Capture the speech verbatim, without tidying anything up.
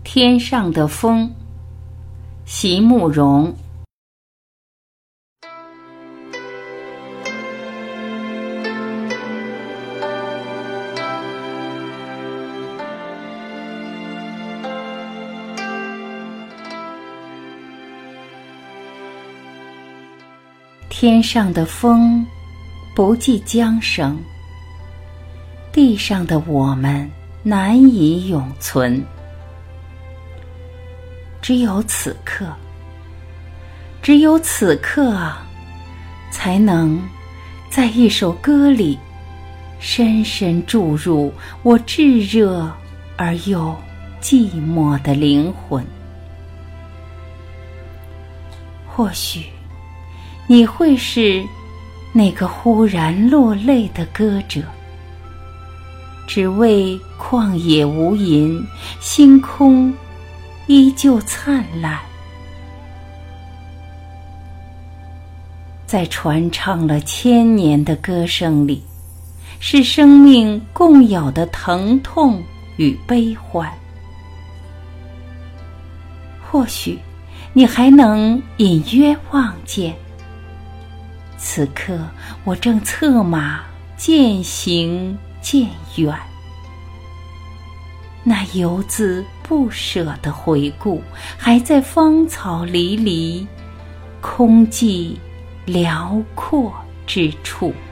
天上的风，席慕容。天上的风不计江声，地上的我们难以永存。只有此刻，只有此刻啊，才能在一首歌里深深注入我炙热而又寂寞的灵魂。或许你会是那个忽然落泪的歌者，只为旷野无垠，星空依旧灿烂。在传唱了千年的歌声里，是生命共有的疼痛与悲欢。或许你还能隐约望见，此刻我正策马渐行渐远。那游子不舍的回顾，还在芳草离离、空寂辽阔之处。